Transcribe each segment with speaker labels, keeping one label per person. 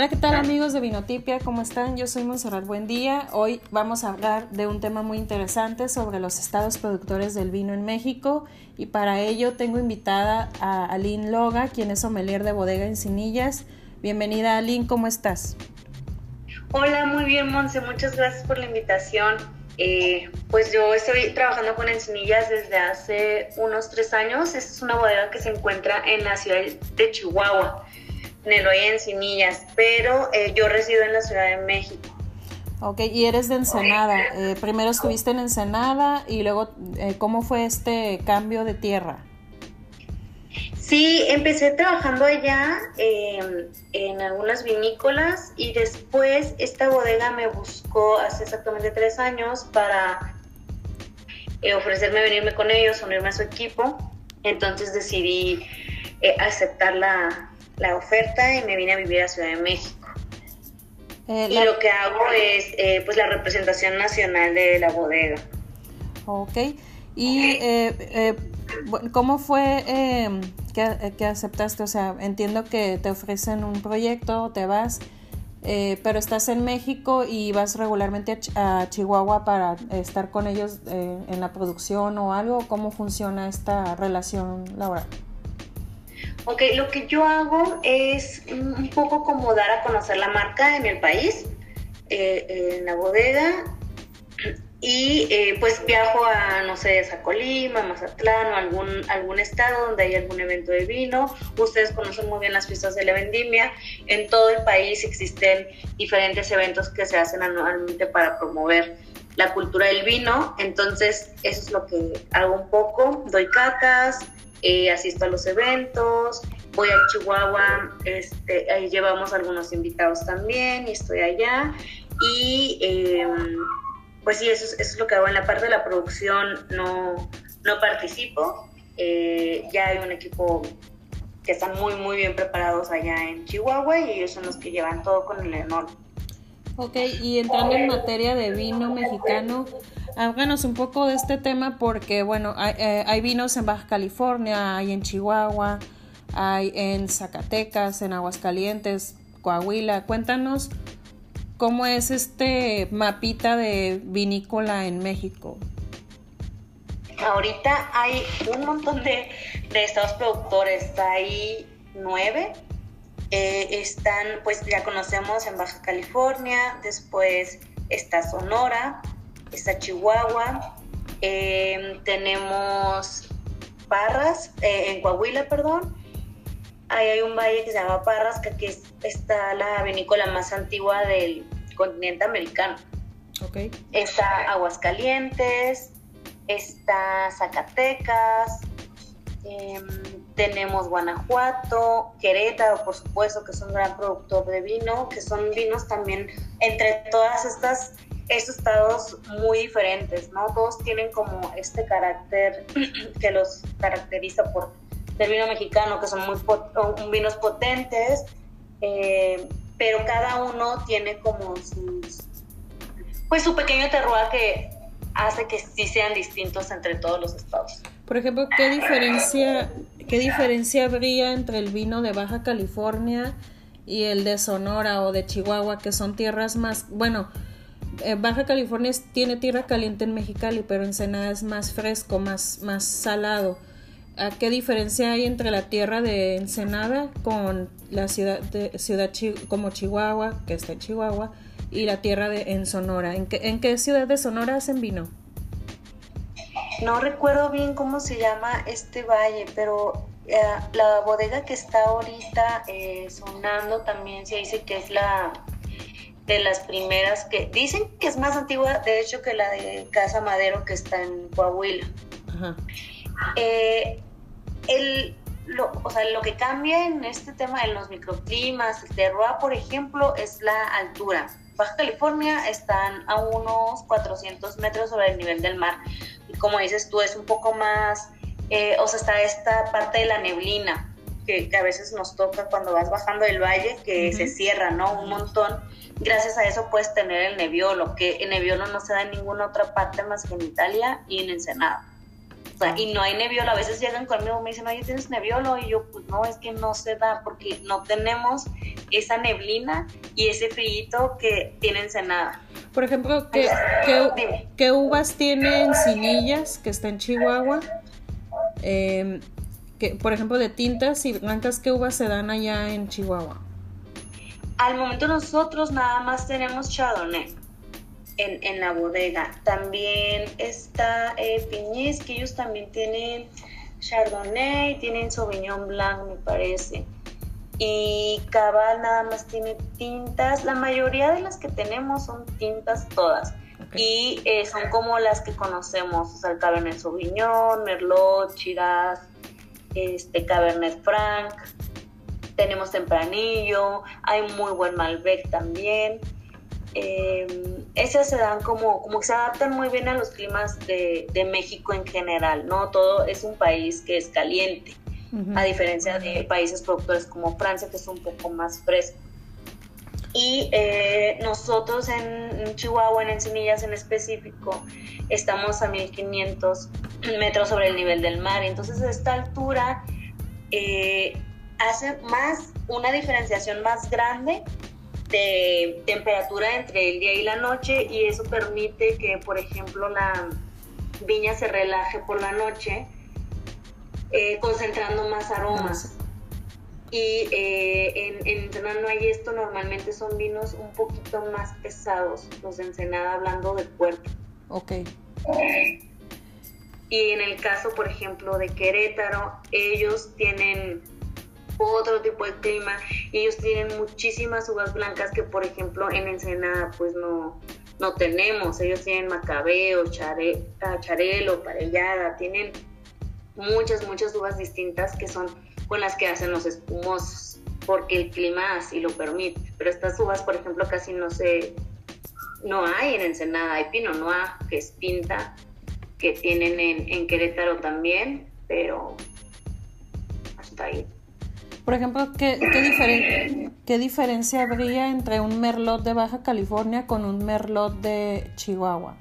Speaker 1: Hola, ¿qué tal amigos de Vinotipia? ¿Cómo están? Yo soy Montserrat Buendía. Hoy vamos a hablar de un tema muy interesante sobre los estados productores del vino en México y para ello tengo invitada a Aline Loga, quien es sommelier de Bodega Encinillas. Bienvenida, Aline, ¿cómo estás?
Speaker 2: Hola, muy bien, Monse, muchas gracias por la invitación. Pues yo estoy trabajando con Encinillas desde hace unos 3 años. Esta es una bodega que se encuentra en la ciudad de Chihuahua, en el Valle de Encinillas, pero yo resido en la Ciudad de México.
Speaker 1: Ok, y eres de Ensenada. Primero estuviste en Ensenada y luego, ¿cómo fue este cambio de tierra?
Speaker 2: Sí, empecé trabajando allá en algunas vinícolas y después esta bodega me buscó hace exactamente 3 años para ofrecerme venirme con ellos, unirme a su equipo. Entonces decidí aceptar la oferta y me vine a vivir a Ciudad de México. Y lo que hago es pues la representación nacional de la bodega.
Speaker 1: Ok, y ¿cómo fue que aceptaste? O sea, entiendo que te ofrecen un proyecto, te vas, pero estás en México y vas regularmente a Chihuahua para estar con ellos en la producción o algo. ¿Cómo funciona esta relación laboral?
Speaker 2: Ok, lo que yo hago es un poco como dar a conocer la marca en el país, en la bodega, y pues viajo a, no sé, a Colima, Mazatlán o algún estado donde hay algún evento de vino. Ustedes conocen muy bien las fiestas de la vendimia. En todo el país existen diferentes eventos que se hacen anualmente para promover la cultura del vino. Entonces eso es lo que hago un poco. Doy catas, asisto a los eventos, voy a Chihuahua, ahí llevamos algunos invitados también y estoy allá. Y pues sí, eso es lo que hago. En la parte de la producción no participo. Ya hay un equipo que están muy, muy bien preparados allá en Chihuahua y ellos son los que llevan todo con el enol.
Speaker 1: Ok, y entrando en materia de vino mexicano, háblanos un poco de este tema porque, bueno, hay vinos en Baja California, hay en Chihuahua, hay en Zacatecas, en Aguascalientes, Coahuila. Cuéntanos cómo es este mapita de vinícola en México.
Speaker 2: Ahorita hay un montón de estados productores, hay 9. Están, pues ya conocemos en Baja California, después está Sonora, está Chihuahua, tenemos Parras, en Coahuila, perdón. Ahí hay un valle que se llama Parras, que aquí está la vinícola más antigua del continente americano.
Speaker 1: Okay.
Speaker 2: Está Aguascalientes, está Zacatecas, tenemos Guanajuato, Querétaro, por supuesto, que es un gran productor de vino, que son vinos también entre todas estos estados muy diferentes, ¿no? Todos tienen como este carácter que los caracteriza del vino mexicano, que son vinos potentes, pero cada uno tiene como su pequeño terroir que hace que sí sean distintos entre todos los estados.
Speaker 1: Por ejemplo, ¿qué diferencia habría entre el vino de Baja California y el de Sonora o de Chihuahua, que son tierras más, bueno, Baja California tiene tierra caliente en Mexicali, pero Ensenada es más fresco, más salado? ¿Qué diferencia hay entre la tierra de Ensenada con la ciudad como Chihuahua, que está en Chihuahua, y la tierra en Sonora? ¿En qué ciudad de Sonora hacen vino?
Speaker 2: No recuerdo bien cómo se llama este valle, pero la bodega que está ahorita sonando también se dice que es la de las primeras, que dicen que es más antigua, de hecho, que la de Casa Madero, que está en Coahuila. Ajá. Lo que cambia en este tema de los microclimas, el terroir, por ejemplo, es la altura. Baja California están a unos 400 metros sobre el nivel del mar. Y como dices tú, es un poco más, está esta parte de la neblina, que a veces nos toca cuando vas bajando del valle, que se cierra, ¿no? Un montón. Gracias a eso puedes tener el Nebbiolo, que el Nebbiolo no se da en ninguna otra parte más que en Italia y en Ensenada. O sea, y no hay Nebbiolo. A veces llegan conmigo y me dicen, oye, ¿tienes Nebbiolo? Y yo, pues no, es que no se da porque no tenemos esa neblina y ese frío que tiene Ensenada.
Speaker 1: Por ejemplo, ¿qué uvas tiene Encinillas, que está en Chihuahua? Por ejemplo, de tintas y blancas, ¿qué uvas se dan allá en Chihuahua?
Speaker 2: Al momento nosotros nada más tenemos Chardonnay en la bodega. También está Piñez, que ellos también tienen Chardonnay, tienen Sauvignon Blanc, me parece. Y Cabal nada más tiene tintas. La mayoría de las que tenemos son tintas todas. Okay. Y son como las que conocemos, o sea, el Cabernet Sauvignon, Merlot, Shiraz, Cabernet Franc. Tenemos Tempranillo, hay muy buen Malbec también. Esas se dan como se adaptan muy bien a los climas de México en general, ¿no? Todo es un país que es caliente, a diferencia de países productores como Francia, que es un poco más fresco. Y nosotros en Chihuahua, en Encinillas en específico, estamos a 1500 metros sobre el nivel del mar. Entonces, a esta altura hace más una diferenciación más grande de temperatura entre el día y la noche, y eso permite que, por ejemplo, la viña se relaje por la noche, concentrando más aromas. Y en Ensenada no hay esto. Normalmente son vinos un poquito más pesados, los de Ensenada, hablando de cuerpo.
Speaker 1: Ok.
Speaker 2: Y en el caso, por ejemplo, de Querétaro, ellos tienen otro tipo de clima y ellos tienen muchísimas uvas blancas que, por ejemplo, en Ensenada pues no tenemos. Ellos tienen Macabeo, Charelo, Parellada, tienen muchas uvas distintas que son con las que hacen los espumosos, porque el clima así lo permite. Pero estas uvas, por ejemplo, casi no hay en Ensenada. Hay Pinot Noir, que es Pinta, que tienen en Querétaro también, pero hasta ahí.
Speaker 1: Por ejemplo, ¿qué diferencia habría entre un Merlot de Baja California con un Merlot de Chihuahua?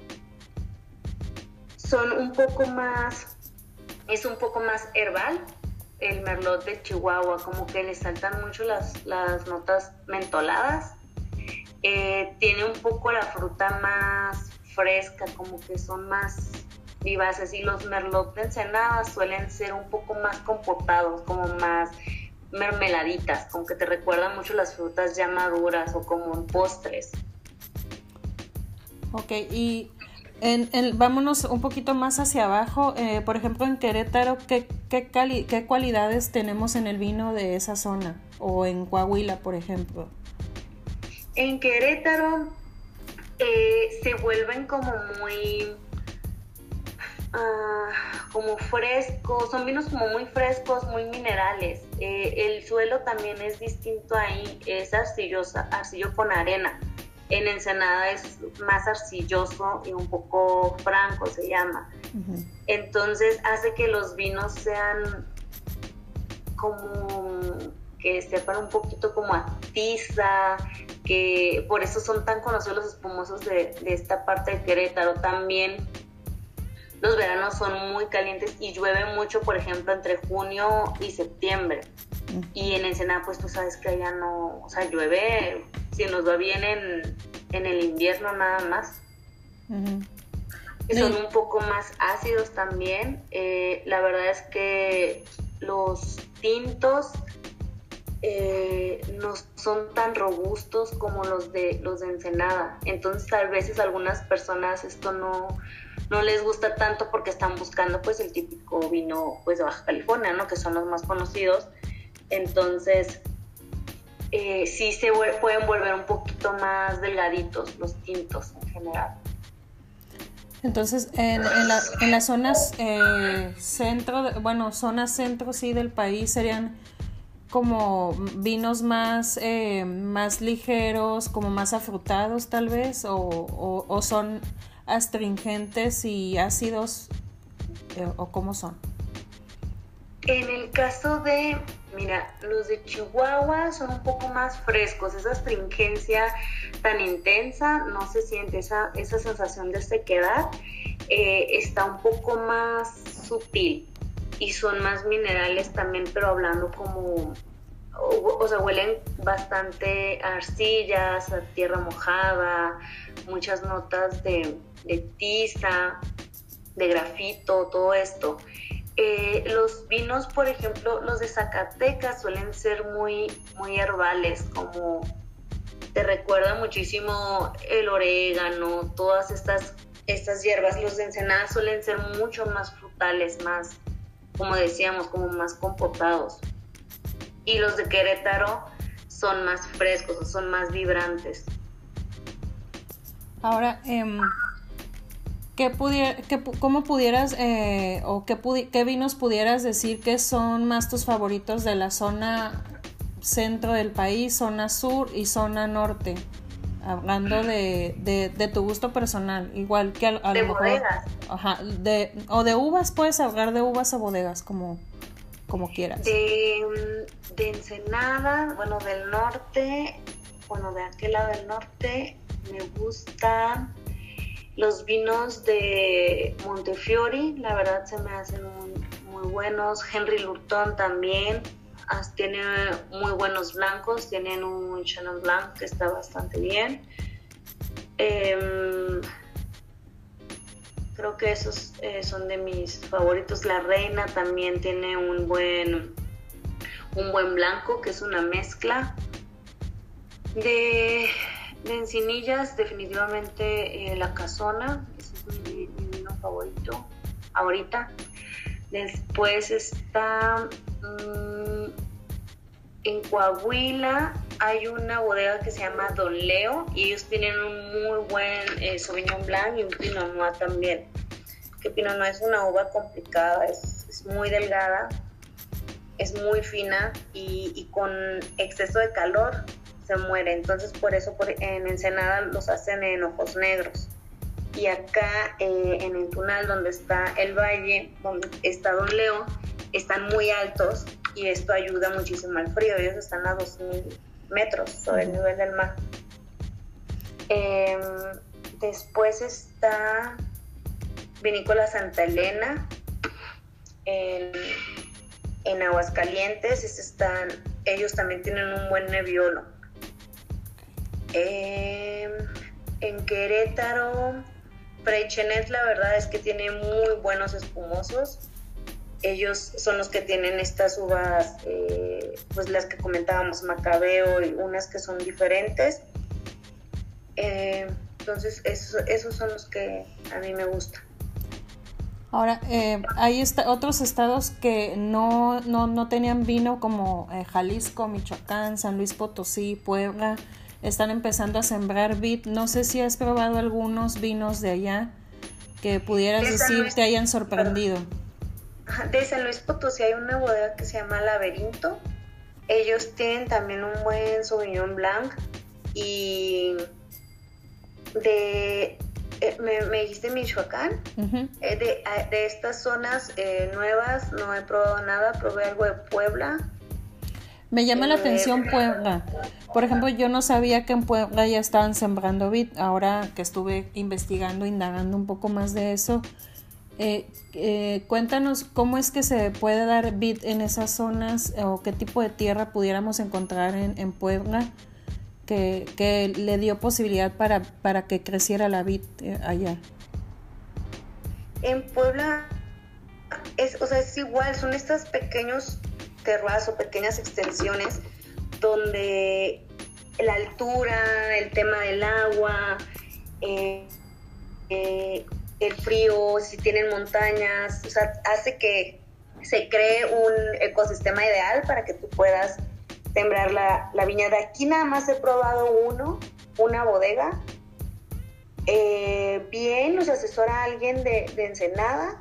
Speaker 2: Son un poco más herbal. El Merlot de Chihuahua, como que le saltan mucho las notas mentoladas. Tiene un poco la fruta más fresca, como que son más vivaces, y los Merlot de Ensenada suelen ser un poco más compotados, como más mermeladitas, como que te recuerdan mucho las frutas ya maduras o como en postres.
Speaker 1: Ok, y vámonos un poquito más hacia abajo. Por ejemplo, en Querétaro, ¿qué cualidades tenemos en el vino de esa zona? O en Coahuila, por ejemplo.
Speaker 2: En Querétaro se vuelven como muy como frescos, son vinos como muy frescos, muy minerales. El suelo también es distinto ahí, es arcillo con arena. En Ensenada es más arcilloso y un poco franco, se llama. Uh-huh. Entonces hace que los vinos sean como que sepan un poquito como a tiza, que por eso son tan conocidos los espumosos de esta parte de Querétaro. También los veranos son muy calientes y llueve mucho, por ejemplo, entre junio y septiembre. Uh-huh. Y en Ensenada, pues tú sabes que allá no, o sea, llueve, si nos va bien en el invierno nada más. Uh-huh. Y son un poco más ácidos también. La verdad es que los tintos no son tan robustos como los de Ensenada. Entonces, a veces algunas personas esto no les gusta tanto porque están buscando pues el típico vino pues de Baja California, ¿no? Que son los más conocidos. Entonces sí se pueden volver un poquito más delgaditos los tintos en general.
Speaker 1: Entonces en las zonas zonas centro sí del país serían como vinos más ligeros, como más afrutados tal vez, o son astringentes y ácidos, o cómo son.
Speaker 2: En el caso de, los de Chihuahua son un poco más frescos. Esa astringencia tan intensa no se siente, esa sensación de sequedad está un poco más sutil y son más minerales también, pero hablando como, o sea, huelen bastante a arcillas, a tierra mojada, muchas notas de tiza, de grafito, todo esto. Los vinos, por ejemplo, los de Zacatecas suelen ser muy, muy herbales, como te recuerda muchísimo el orégano, todas estas hierbas. Los de Ensenada suelen ser mucho más frutales, más, como decíamos, como más compotados. Y los de Querétaro son más frescos, son más vibrantes.
Speaker 1: Ahora, ¿cómo pudieras o qué vinos pudieras decir que son más tus favoritos de la zona centro del país, zona sur y zona norte? Hablando de tu gusto personal, igual que a lo mejor.
Speaker 2: Bodegas.
Speaker 1: Ajá, o de uvas, puedes hablar de uvas o bodegas, como quieras.
Speaker 2: De Ensenada, bueno, del norte, bueno, de aquel lado del norte, me gustan los vinos de Montefiori, la verdad se me hacen muy buenos. Henry Lurton también, tiene muy buenos blancos, tienen un Chenin Blanc que está bastante bien. Creo que esos son de mis favoritos. La Reina también tiene un buen blanco, que es una mezcla. De Encinillas, definitivamente La Casona, ese es mi vino favorito ahorita. Después está en Coahuila, hay una bodega que se llama Don Leo y ellos tienen un muy buen Sauvignon Blanc y un Pinot Noir también. Que Pinot Noir es una uva complicada, es muy delgada, es muy fina y con exceso de calor se muere. Entonces por eso en Ensenada los hacen en ojos negros. Y acá en el Tunal, donde está el valle, donde está Don Leo, están muy altos y esto ayuda muchísimo al frío. Ellos están a 2,000 metros sobre el nivel del mar. Después está Vinícola Santa Elena en Aguascalientes. Ellos también tienen un buen Nebbiolo. En Querétaro, Freixenet, la verdad es que tiene muy buenos espumosos. Ellos son los que tienen estas uvas, pues las que comentábamos, Macabeo, y unas que son diferentes. Entonces esos son los que a mí me gustan.
Speaker 1: Ahora, hay otros estados que no tenían vino, como Jalisco, Michoacán, San Luis Potosí, Puebla. Están empezando a sembrar vid. No sé si has probado algunos vinos de allá que pudieras decir te hayan sorprendido.
Speaker 2: De San Luis Potosí hay una bodega que se llama Laberinto. Ellos tienen también un buen Sauvignon Blanc. Y me dijiste Michoacán. Uh-huh. De estas zonas nuevas no he probado nada. Probé algo de Puebla.
Speaker 1: Me llama la atención Puebla. Por ejemplo, yo no sabía que en Puebla ya estaban sembrando vid. Ahora que estuve investigando, indagando un poco más de eso, cuéntanos cómo es que se puede dar vid en esas zonas, o qué tipo de tierra pudiéramos encontrar en Puebla que le dio posibilidad para que creciera la vid allá.
Speaker 2: En Puebla es igual, son estos pequeños terroirs o pequeñas extensiones donde la altura, el tema del agua, el frío, si tienen montañas, o sea, hace que se cree un ecosistema ideal para que tú puedas sembrar la viña. De aquí nada más he probado una bodega. Bien, nos asesora alguien de Ensenada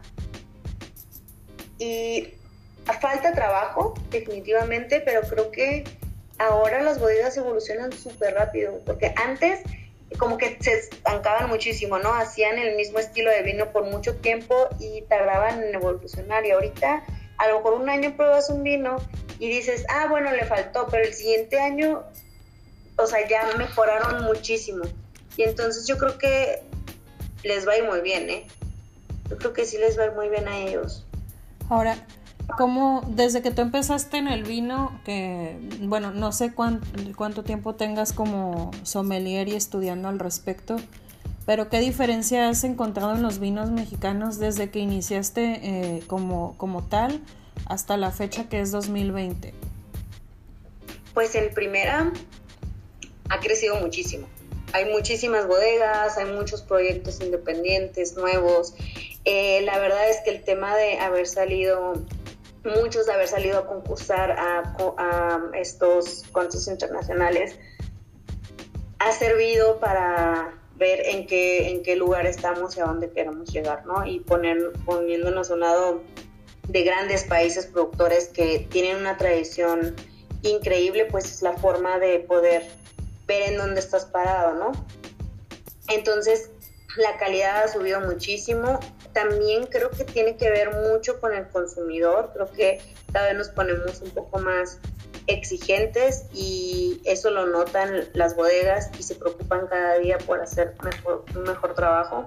Speaker 2: y falta trabajo, definitivamente, pero creo que ahora las bodegas evolucionan súper rápido, porque antes como que se estancaban muchísimo, ¿no? Hacían el mismo estilo de vino por mucho tiempo y tardaban en evolucionar, y ahorita a lo mejor un año pruebas un vino y dices, bueno, le faltó, pero el siguiente año, o sea, ya mejoraron muchísimo. Y entonces yo creo que les va a ir muy bien, ¿eh? Yo creo que sí les va a ir muy bien a ellos.
Speaker 1: Ahora, ¿cómo, desde que tú empezaste en el vino, que, bueno, no sé cuánto tiempo tengas como sommelier y estudiando al respecto, pero qué diferencia has encontrado en los vinos mexicanos desde que iniciaste como tal hasta la fecha que es 2020?
Speaker 2: Pues en primera ha crecido muchísimo. Hay muchísimas bodegas, hay muchos proyectos independientes nuevos. La verdad es que el tema de haber salido a concursar a estos concursos internacionales ha servido para ver en qué lugar estamos y a dónde queremos llegar, ¿no? Y poniéndonos a un lado de grandes países productores que tienen una tradición increíble, pues es la forma de poder ver en dónde estás parado, ¿no? Entonces, la calidad ha subido muchísimo. También creo que tiene que ver mucho con el consumidor. Creo que cada vez nos ponemos un poco más exigentes y eso lo notan las bodegas y se preocupan cada día por hacer un mejor trabajo.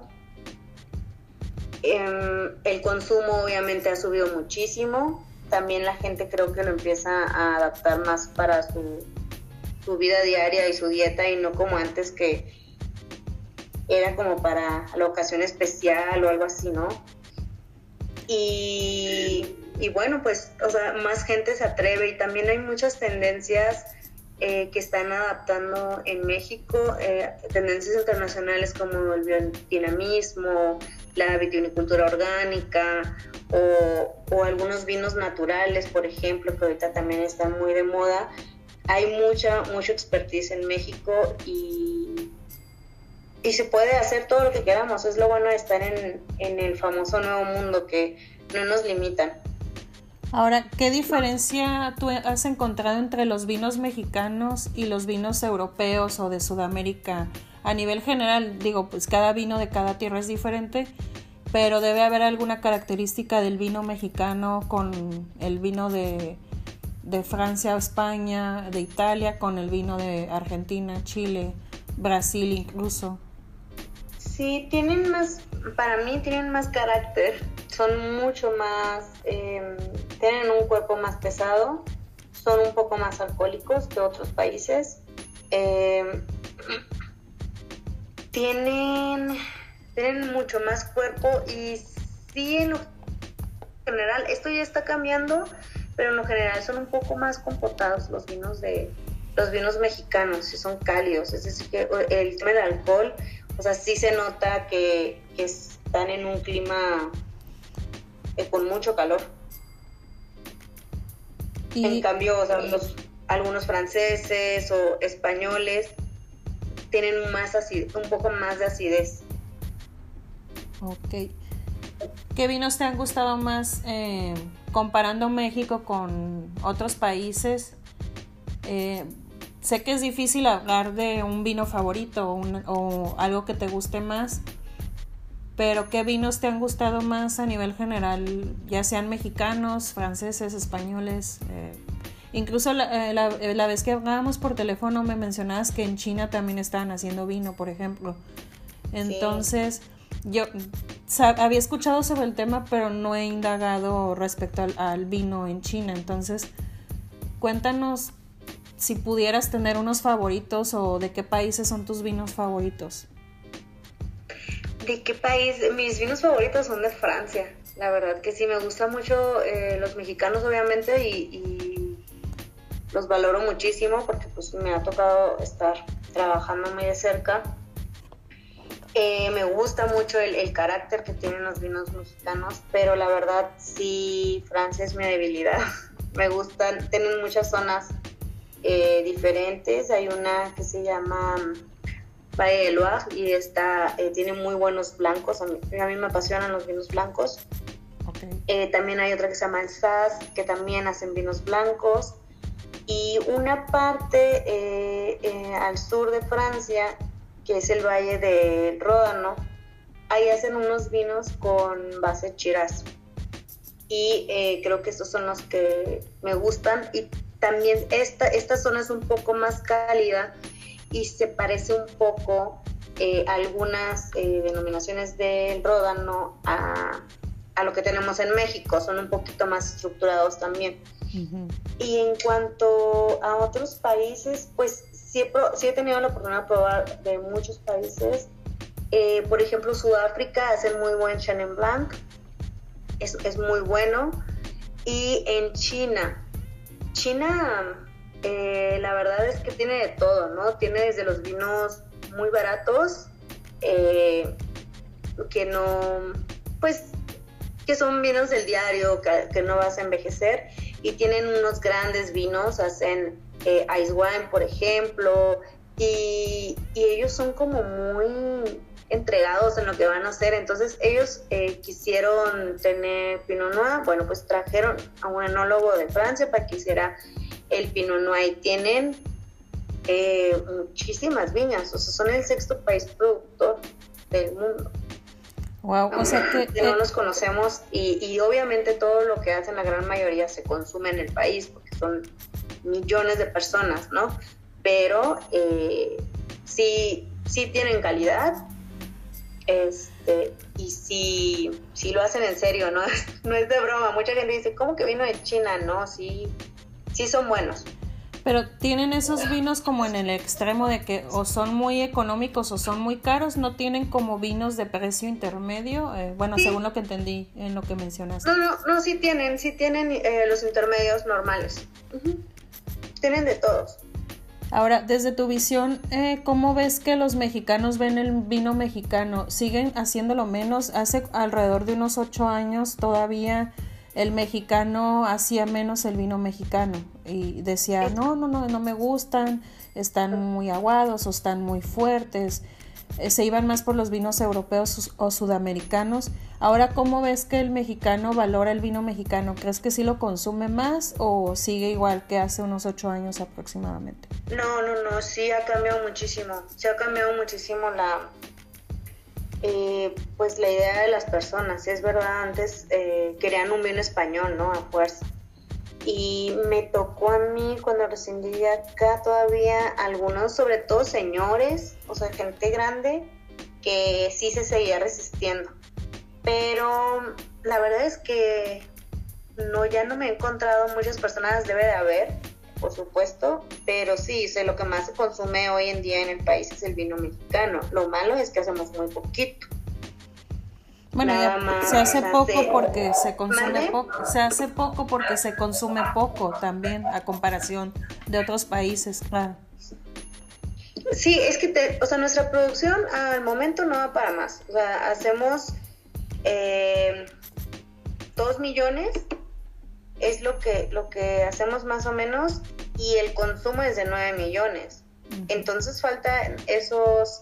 Speaker 2: El consumo obviamente ha subido muchísimo. También la gente creo que lo empieza a adaptar más para su vida diaria y su dieta, y no como antes que era como para la ocasión especial o algo así, ¿no? Y bueno, pues, o sea, más gente se atreve, y también hay muchas tendencias que están adaptando en México, tendencias internacionales como el biodinamismo, la vitivinicultura orgánica o algunos vinos naturales, por ejemplo, que ahorita también están muy de moda. Hay mucha expertise en México y se puede hacer todo lo que queramos. Es lo bueno de estar en el famoso nuevo mundo, que no nos limitan.
Speaker 1: Ahora, ¿qué diferencia tú has encontrado entre los vinos mexicanos y los vinos europeos o de Sudamérica? A nivel general, digo, pues cada vino de cada tierra es diferente, pero debe haber alguna característica del vino mexicano con el vino de Francia o España, de Italia, con el vino de Argentina, Chile, Brasil incluso.
Speaker 2: Sí, para mí tienen más carácter, son mucho más, tienen un cuerpo más pesado, son un poco más alcohólicos que otros países, tienen mucho más cuerpo, y sí, en lo general, esto ya está cambiando, pero en lo general son un poco más comportados los vinos mexicanos, y son cálidos, es decir, que el tema del alcohol, o sea, sí se nota que están en un clima con mucho calor. En cambio, o sea, algunos franceses o españoles tienen un poco más de acidez.
Speaker 1: Ok. ¿Qué vinos te han gustado más comparando México con otros países? Sé que es difícil hablar de un vino favorito o algo que te guste más, pero ¿qué vinos te han gustado más a nivel general? Ya sean mexicanos, franceses, españoles. Incluso la vez que hablábamos por teléfono me mencionabas que en China también estaban haciendo vino, por ejemplo. Entonces, sí. Yo había escuchado sobre el tema, pero no he indagado respecto al vino en China. Entonces, cuéntanos si pudieras tener unos favoritos, o de qué países son tus vinos favoritos.
Speaker 2: ¿De qué país? Mis vinos favoritos son de Francia. La verdad que sí, me gustan mucho los mexicanos, obviamente, y los valoro muchísimo porque pues me ha tocado estar trabajando muy de cerca. Me gusta mucho el carácter que tienen los vinos mexicanos, pero la verdad sí, Francia es mi debilidad. Me gustan, tienen muchas zonas diferentes. Hay una que se llama Valle de Loire y tiene muy buenos blancos. A mí me apasionan los vinos blancos. Okay. También hay otra que se llama Alsace, que también hacen vinos blancos, y una parte al sur de Francia, que es el Valle del Ródano. Ahí hacen unos vinos con base Shiraz, y creo que estos son los que me gustan. Y también esta zona es un poco más cálida y se parece un poco algunas denominaciones del Ródano a a lo que tenemos en México, son un poquito más estructurados también.
Speaker 1: Uh-huh.
Speaker 2: Y en cuanto a otros países, pues sí he tenido la oportunidad de probar de muchos países. Por ejemplo, Sudáfrica hace muy buen Chenin Blanc, es muy bueno. Y en China, la verdad es que tiene de todo, ¿no? Tiene desde los vinos muy baratos, que no, pues, que son vinos del diario, que no vas a envejecer, y tienen unos grandes vinos, hacen ice wine, por ejemplo, y ellos son como muy entregados en lo que van a hacer. Entonces ellos quisieron tener Pinot Noir, bueno, pues trajeron a un enólogo de Francia para que hiciera el Pinot Noir, y tienen muchísimas viñas, o sea, son el 6º país productor del mundo.
Speaker 1: Wow, o sea que
Speaker 2: no nos conocemos, y obviamente todo lo que hacen la gran mayoría se consume en el país porque son millones de personas, ¿no? Pero sí tienen calidad, y sí lo hacen en serio, ¿no? No es de broma. Mucha gente dice, ¿cómo que vino de China? No, sí son buenos.
Speaker 1: Pero tienen esos vinos como en el extremo de que o son muy económicos o son muy caros, no tienen como vinos de precio intermedio, bueno, sí. Según lo que entendí en lo que mencionaste.
Speaker 2: No, sí tienen los intermedios normales. Uh-huh. Tienen de todos.
Speaker 1: Ahora, desde tu visión, ¿cómo ves que los mexicanos ven el vino mexicano? ¿Siguen haciéndolo menos? Hace alrededor de unos 8 años todavía el mexicano hacía menos el vino mexicano y decía, no me gustan, están muy aguados o están muy fuertes. Se iban más por los vinos europeos o sudamericanos. Ahora, ¿cómo ves que el mexicano valora el vino mexicano? ¿Crees que sí lo consume más o sigue igual que hace unos 8 años aproximadamente?
Speaker 2: No, sí ha cambiado muchísimo. Se ha cambiado muchísimo pues la idea de las personas. Es verdad, antes querían un vino español, ¿no? A fuerza. Y me tocó a mí cuando recién llegué acá todavía algunos, sobre todo señores, o sea, gente grande, que sí se seguía resistiendo. Pero la verdad es que ya no me he encontrado muchas personas, debe de haber, por supuesto, pero sí, lo que más se consume hoy en día en el país es el vino mexicano. Lo malo es que hacemos muy poquito.
Speaker 1: Bueno, se hace poco porque se consume poco. Se hace poco porque se consume poco también, a comparación de otros países, claro.
Speaker 2: Sí, es que nuestra producción al momento no va para más. O sea, hacemos 2 millones, es lo que hacemos más o menos, y el consumo es de 9 millones. Uh-huh. Entonces falta esos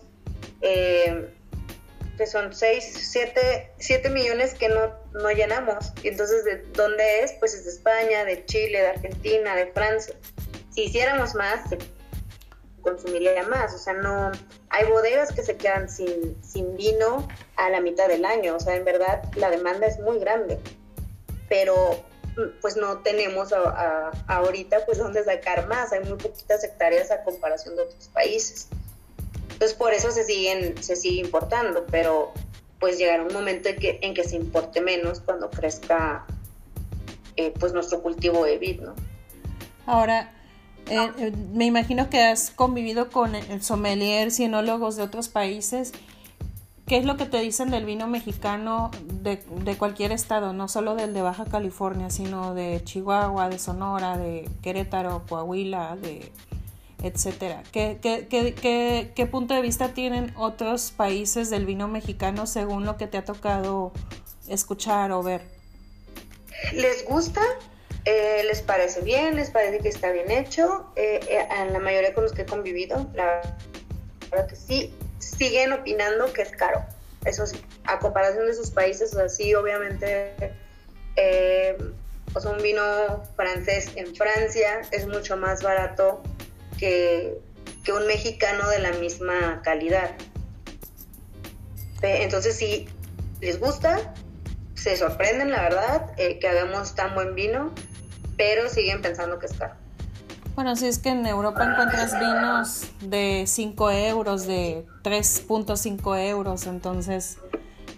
Speaker 2: que son 7 millones que no llenamos. Y entonces, ¿de dónde es? Pues es de España, de Chile, de Argentina, de Francia. Si hiciéramos más, se consumiría más. O sea, no hay bodegas que se quedan sin vino a la mitad del año. O sea, en verdad la demanda es muy grande, pero pues no tenemos ahorita pues dónde sacar más. Hay muy poquitas hectáreas a comparación de otros países. Entonces por eso se sigue importando, pero pues llegará un momento en que se importe menos cuando crezca pues nuestro cultivo de vid, ¿no?
Speaker 1: Ahora, me imagino que has convivido con sommeliers y enólogos de otros países. ¿Qué es lo que te dicen del vino mexicano de cualquier estado, no solo del de Baja California, sino de Chihuahua, de Sonora, de Querétaro, Coahuila, etcétera? ¿Qué punto de vista tienen otros países del vino mexicano según lo que te ha tocado escuchar o ver?
Speaker 2: ¿Les gusta? ¿Les parece bien? ¿Les parece que está bien hecho? En la mayoría con los que he convivido, la verdad que sí, siguen opinando que es caro. Eso sí, a comparación de sus países, o sea, sí, obviamente, o sea, un vino francés en Francia es mucho más barato que un mexicano de la misma calidad. Entonces sí, les gusta, se sorprenden, la verdad, que hagamos tan buen vino, pero siguen pensando que es caro.
Speaker 1: Bueno, si es que en Europa encuentras vinos de 5 euros, de 3.5 euros, entonces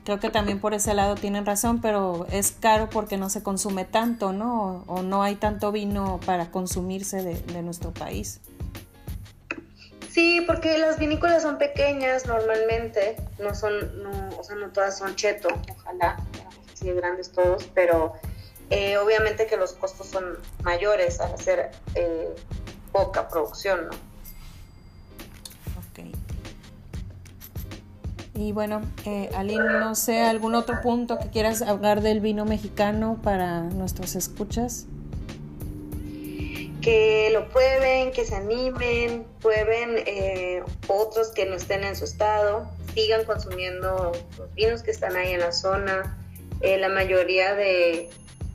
Speaker 1: creo que también por ese lado tienen razón, pero es caro porque no se consume tanto, ¿no? O no hay tanto vino para consumirse de nuestro país.
Speaker 2: Sí, porque las vinícolas son pequeñas normalmente, no todas son cheto, ojalá, así de grandes todos, pero obviamente que los costos son mayores al hacer poca producción, ¿no?
Speaker 1: Ok. Y bueno, Aline, no sé, ¿algún otro punto que quieras hablar del vino mexicano para nuestros escuchas?
Speaker 2: Que lo prueben, que se animen, prueben otros que no estén en su estado, sigan consumiendo los vinos que están ahí en la zona. La mayoría de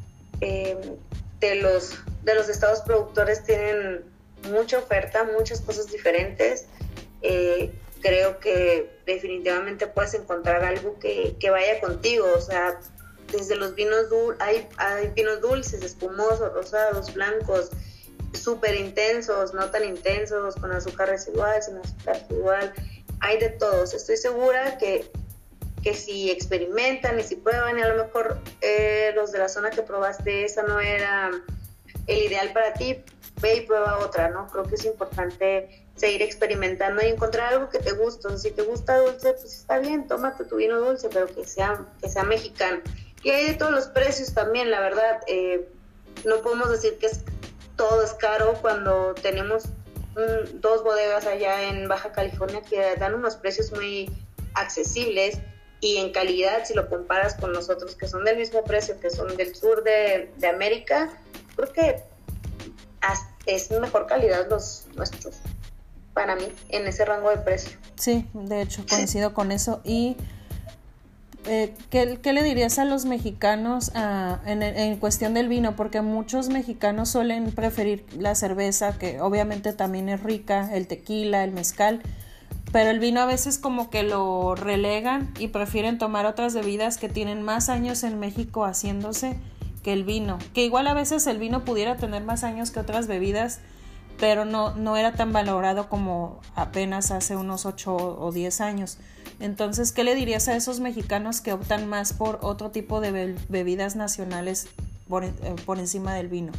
Speaker 2: los estados productores tienen mucha oferta, muchas cosas diferentes. Creo que definitivamente puedes encontrar algo que vaya contigo, o sea, desde los vinos hay vinos dulces, espumosos, rosados, blancos, súper intensos, no tan intensos, con azúcar residual, sin azúcar residual, hay de todos. Estoy segura que si experimentan y si prueban, y a lo mejor los de la zona que probaste, esa no era el ideal para ti, ve y prueba otra, ¿no? Creo que es importante seguir experimentando y encontrar algo que te guste. O sea, si te gusta dulce, pues está bien, tómate tu vino dulce, pero que sea mexicano. Y hay de todos los precios también, la verdad. No podemos decir que todo es caro cuando tenemos 2 bodegas allá en Baja California que dan unos precios muy accesibles, y en calidad, si lo comparas con nosotros que son del mismo precio, que son del sur de América, creo que es mejor calidad los nuestros, para mí, en ese rango de precio.
Speaker 1: Sí, de hecho coincido con eso. Y ¿qué le dirías a los mexicanos en cuestión del vino? Porque muchos mexicanos suelen preferir la cerveza, que obviamente también es rica, el tequila, el mezcal, pero el vino a veces como que lo relegan y prefieren tomar otras bebidas que tienen más años en México haciéndose que el vino, que igual a veces el vino pudiera tener más años que otras bebidas, pero no era tan valorado como apenas hace unos 8 o 10 años. Entonces, ¿qué le dirías a esos mexicanos que optan más por otro tipo de bebidas nacionales por encima del vino?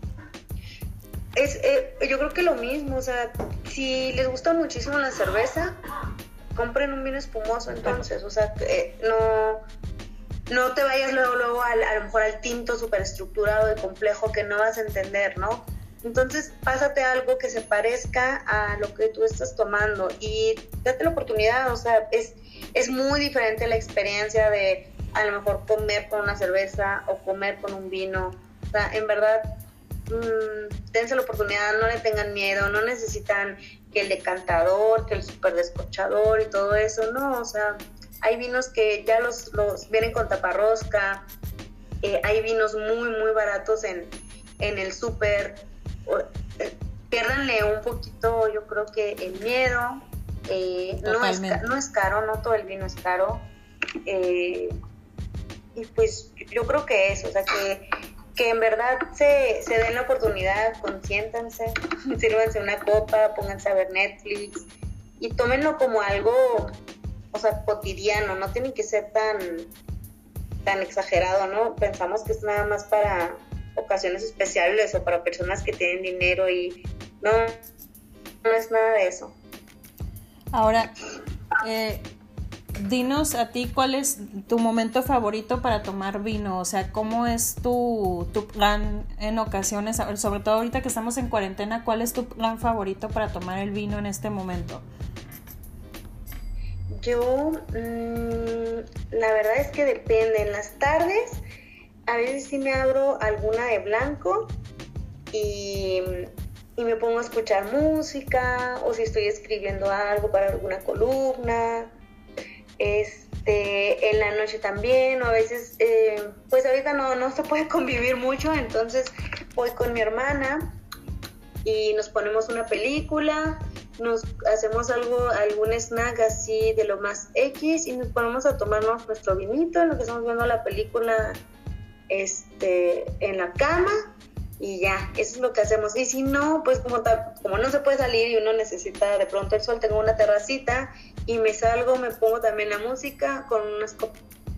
Speaker 2: Yo creo que lo mismo, o sea, si les gusta muchísimo la cerveza, compren un vino espumoso entonces, o sea, no te vayas luego a lo mejor al tinto súper estructurado y complejo que no vas a entender, ¿no? Entonces, pásate algo que se parezca a lo que tú estás tomando y date la oportunidad, o sea, es muy diferente la experiencia de a lo mejor comer con una cerveza o comer con un vino. O sea, en verdad, dense la oportunidad, no le tengan miedo, no necesitan que el decantador, que el súper descorchador y todo eso, no, o sea, hay vinos que ya los vienen con taparrosca, hay vinos muy, muy baratos en el súper. Piérdanle un poquito, yo creo que el miedo. No es caro, no todo el vino es caro, y pues yo creo que eso, o sea, que en verdad se den la oportunidad, consiéntanse, sírvanse una copa, pónganse a ver Netflix y tómenlo como algo, o sea, cotidiano, no tiene que ser tan exagerado, ¿no? Pensamos que es nada más para ocasiones especiales o para personas que tienen dinero, y no es nada de eso.
Speaker 1: Ahora, dinos a ti cuál es tu momento favorito para tomar vino, o sea, ¿cómo es tu plan en ocasiones, sobre todo ahorita que estamos en cuarentena, cuál es tu plan favorito para tomar el vino en este momento?
Speaker 2: Yo, la verdad es que depende. En las tardes a veces sí me abro alguna de blanco y me pongo a escuchar música, o si estoy escribiendo algo para alguna columna, en la noche también, o a veces, pues ahorita no se puede convivir mucho, entonces voy con mi hermana y nos ponemos una película, nos hacemos algún snack así de lo más X y nos ponemos a tomarnos nuestro vinito en lo que estamos viendo la película en la cama, y ya, eso es lo que hacemos. Y si no, pues como no se puede salir y uno necesita de pronto el sol, tengo una terracita y me salgo, me pongo también la música con unas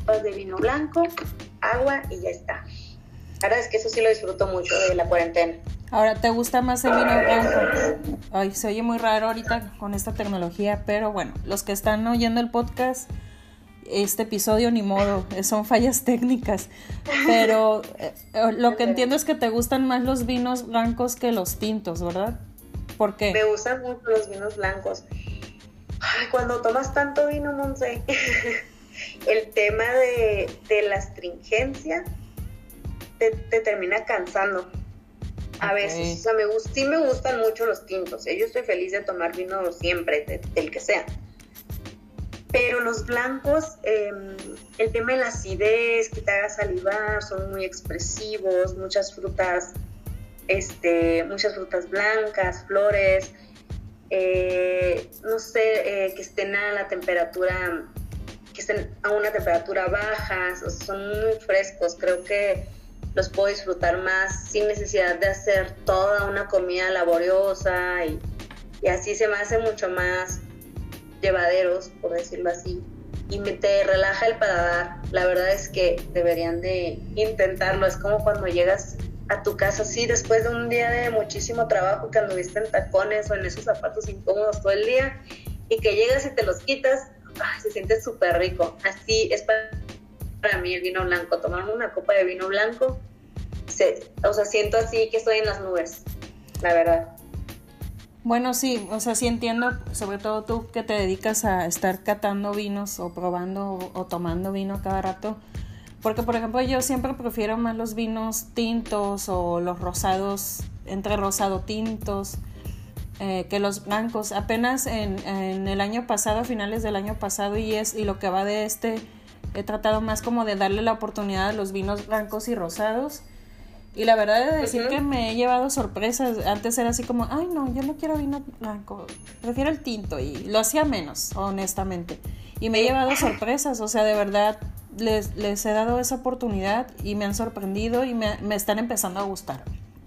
Speaker 2: copas de vino blanco, agua y ya está. La verdad es que eso sí lo disfruto mucho de la cuarentena.
Speaker 1: Ahora, ¿te gusta más el vino blanco? Ay, se oye muy raro ahorita con esta tecnología, pero bueno, los que están oyendo el podcast, este episodio ni modo, son fallas técnicas, pero lo que entiendo es que te gustan más los vinos blancos que los tintos, ¿verdad? ¿Por qué?
Speaker 2: Me gustan mucho los vinos blancos. Ay, cuando tomas tanto vino, Monse, el tema de la astringencia te termina cansando a veces. O sea, sí me gustan mucho los tintos. Yo estoy feliz de tomar vino siempre, del que sea. Pero los blancos, el tema de la acidez, que te haga salivar, son muy expresivos, muchas frutas blancas, flores, no sé, que estén a una temperatura baja, o sea, son muy frescos. Creo que los puedo disfrutar más sin necesidad de hacer toda una comida laboriosa y así se me hace mucho más llevaderos, por decirlo así, y te relaja el paladar. La verdad es que deberían de intentarlo. Es como cuando llegas a tu casa así después de un día de muchísimo trabajo, que anduviste en tacones o en esos zapatos incómodos todo el día, y que llegas y te los quitas, se siente súper rico. Así es para mí el vino blanco. Tomarme una copa de vino blanco, siento así que estoy en las nubes, la verdad.
Speaker 1: Bueno, sí, o sea, sí entiendo, sobre todo tú que te dedicas a estar catando vinos o probando o tomando vino cada rato, porque por ejemplo yo siempre prefiero más los vinos tintos o los rosados, entre rosado tintos, que los blancos. Apenas en el año pasado, a finales del año pasado y lo que va de he tratado más como de darle la oportunidad a los vinos blancos y rosados. Y la verdad es decir que me he llevado sorpresas. Antes era así como, ay no, yo no quiero vino blanco, prefiero el tinto, y lo hacía menos, honestamente. Y me he llevado sorpresas, o sea, de verdad les he dado esa oportunidad y me han sorprendido y me están empezando a gustar.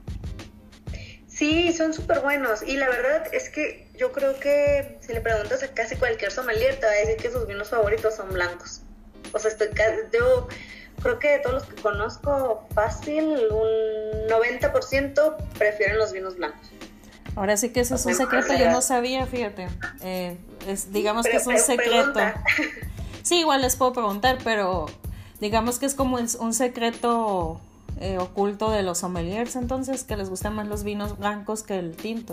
Speaker 2: Sí, son súper buenos, y la verdad es que yo creo que si le preguntas a casi cualquier sommelier te va a decir que sus vinos favoritos son blancos. O sea, yo creo que de todos los que conozco, fácil, un 90% prefieren los vinos blancos.
Speaker 1: Ahora sí que ese es un secreto, yo no sabía, fíjate. Digamos que es un secreto. Pregunta. Sí, igual les puedo preguntar, pero digamos que es como un secreto oculto de los sommeliers, entonces, que les gustan más los vinos blancos que el tinto.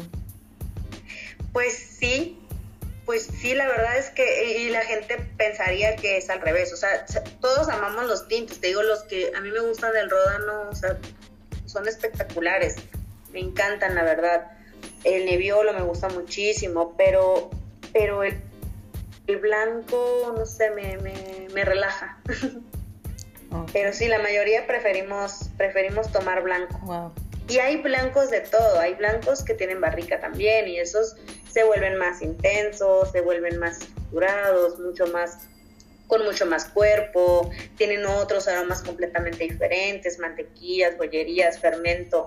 Speaker 2: Pues sí, la verdad es que, y la gente pensaría que es al revés. O sea, todos amamos los tintos. Te digo, los que a mí me gustan del Ródano, o sea, son espectaculares, me encantan, la verdad. El Nebbiolo me gusta muchísimo, pero el blanco, no sé, me relaja. Okay. Pero sí, la mayoría preferimos tomar blanco.
Speaker 1: Wow.
Speaker 2: Y hay blancos de todo, hay blancos que tienen barrica también, y esos se vuelven más intensos, se vuelven más estructurados, con mucho más cuerpo, tienen otros aromas completamente diferentes, mantequillas, bollerías, fermento,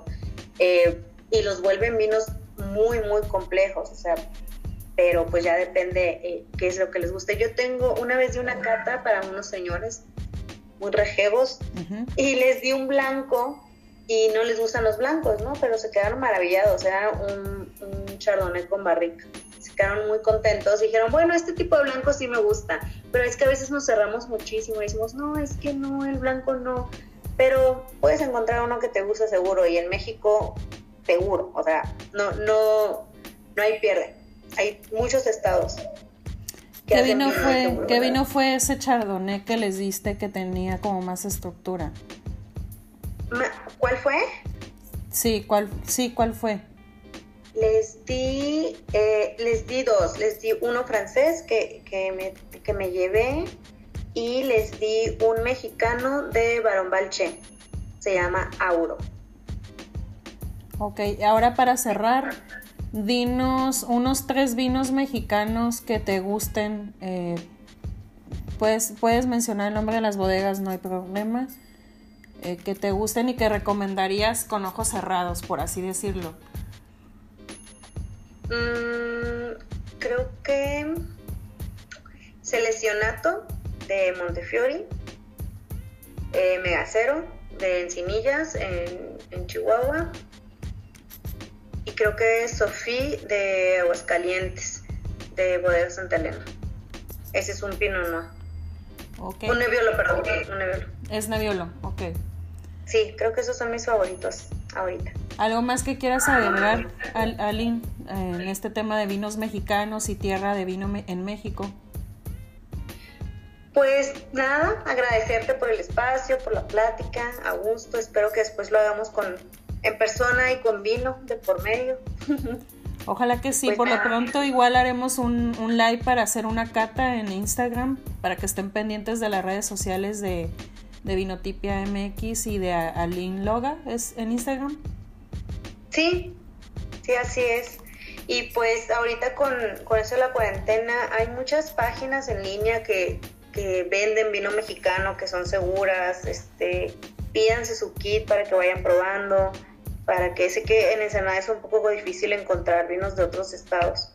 Speaker 2: y los vuelven vinos muy, muy complejos. O sea, pero pues ya depende qué es lo que les guste. Yo una vez di una cata para unos señores muy rejegos, y les di un blanco, y no les gustan los blancos, ¿no? Pero se quedaron maravillados. Era un chardonnay con barrica. Se quedaron muy contentos. Dijeron, bueno, este tipo de blanco sí me gusta. Pero es que a veces nos cerramos muchísimo y decimos, no, es que no, el blanco no. Pero puedes encontrar uno que te guste seguro. Y en México, seguro. O sea, no hay pierde. Hay muchos estados.
Speaker 1: ¿Qué vino fue ese chardonnay que les diste que tenía como más estructura?
Speaker 2: ¿Cuál fue?
Speaker 1: Sí, ¿cuál fue?
Speaker 2: Les di dos. Les di uno francés que me llevé, y les di un mexicano de Baron Balché. Se llama Auro.
Speaker 1: Ok, ahora para cerrar, dinos unos 3 vinos mexicanos que te gusten. Puedes mencionar el nombre de las bodegas, no hay problema. Que te gusten y que recomendarías con ojos cerrados, por así decirlo.
Speaker 2: Creo que Selezionato de Montefiori, Megacero de Encinillas en Chihuahua, y creo que Sofí de Aguascalientes, de Bodega Santa Elena. Ese es un Pinot Noir.
Speaker 1: Okay.
Speaker 2: Un Nebbiolo, perdón, un Nebbiolo.
Speaker 1: Es Nebbiolo, ok.
Speaker 2: Sí, creo que esos son mis favoritos ahorita.
Speaker 1: ¿Algo más que quieras agregar, Aline, en este tema de vinos mexicanos y tierra de vino en México?
Speaker 2: Pues nada, agradecerte por el espacio, por la plática, a gusto. Espero que después lo hagamos en persona y con vino de por medio.
Speaker 1: Ojalá que sí. Pues por
Speaker 2: nada.
Speaker 1: Lo pronto igual haremos un live para hacer una cata en Instagram, para que estén pendientes de las redes sociales de Vinotipia MX y de Aline Loga. ¿Es en Instagram?
Speaker 2: Sí, así es. Y pues ahorita con eso de la cuarentena hay muchas páginas en línea que venden vino mexicano, que son seguras. Pídanse su kit para que vayan probando, para que sé que en Ensenada es un poco difícil encontrar vinos de otros estados,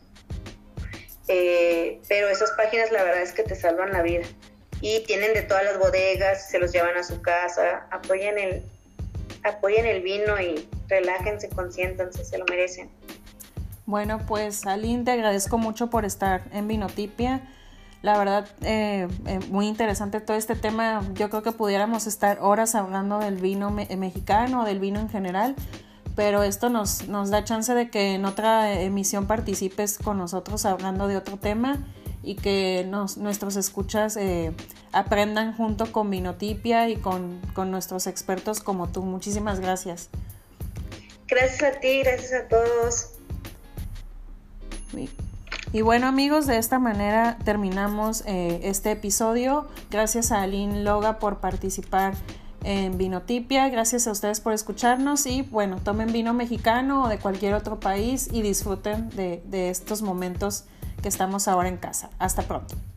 Speaker 2: pero esas páginas la verdad es que te salvan la vida, y tienen de todas las bodegas, se los llevan a su casa. Apoyen el vino y relájense, consiéntanse, se lo merecen.
Speaker 1: Bueno, pues Aline, te agradezco mucho por estar en Vinotipia. La verdad, muy interesante todo este tema. Yo creo que pudiéramos estar horas hablando del vino mexicano, del vino en general, pero esto nos da chance de que en otra emisión participes con nosotros hablando de otro tema, y que nuestros escuchas aprendan junto con Vinotipia y con nuestros expertos como tú. Muchísimas gracias.
Speaker 2: Gracias a ti, gracias a todos.
Speaker 1: Y bueno, amigos, de esta manera terminamos este episodio. Gracias a Aline Loga por participar en Vinotipia. Gracias a ustedes por escucharnos, y bueno, tomen vino mexicano o de cualquier otro país y disfruten de estos momentos que estamos ahora en casa. Hasta pronto.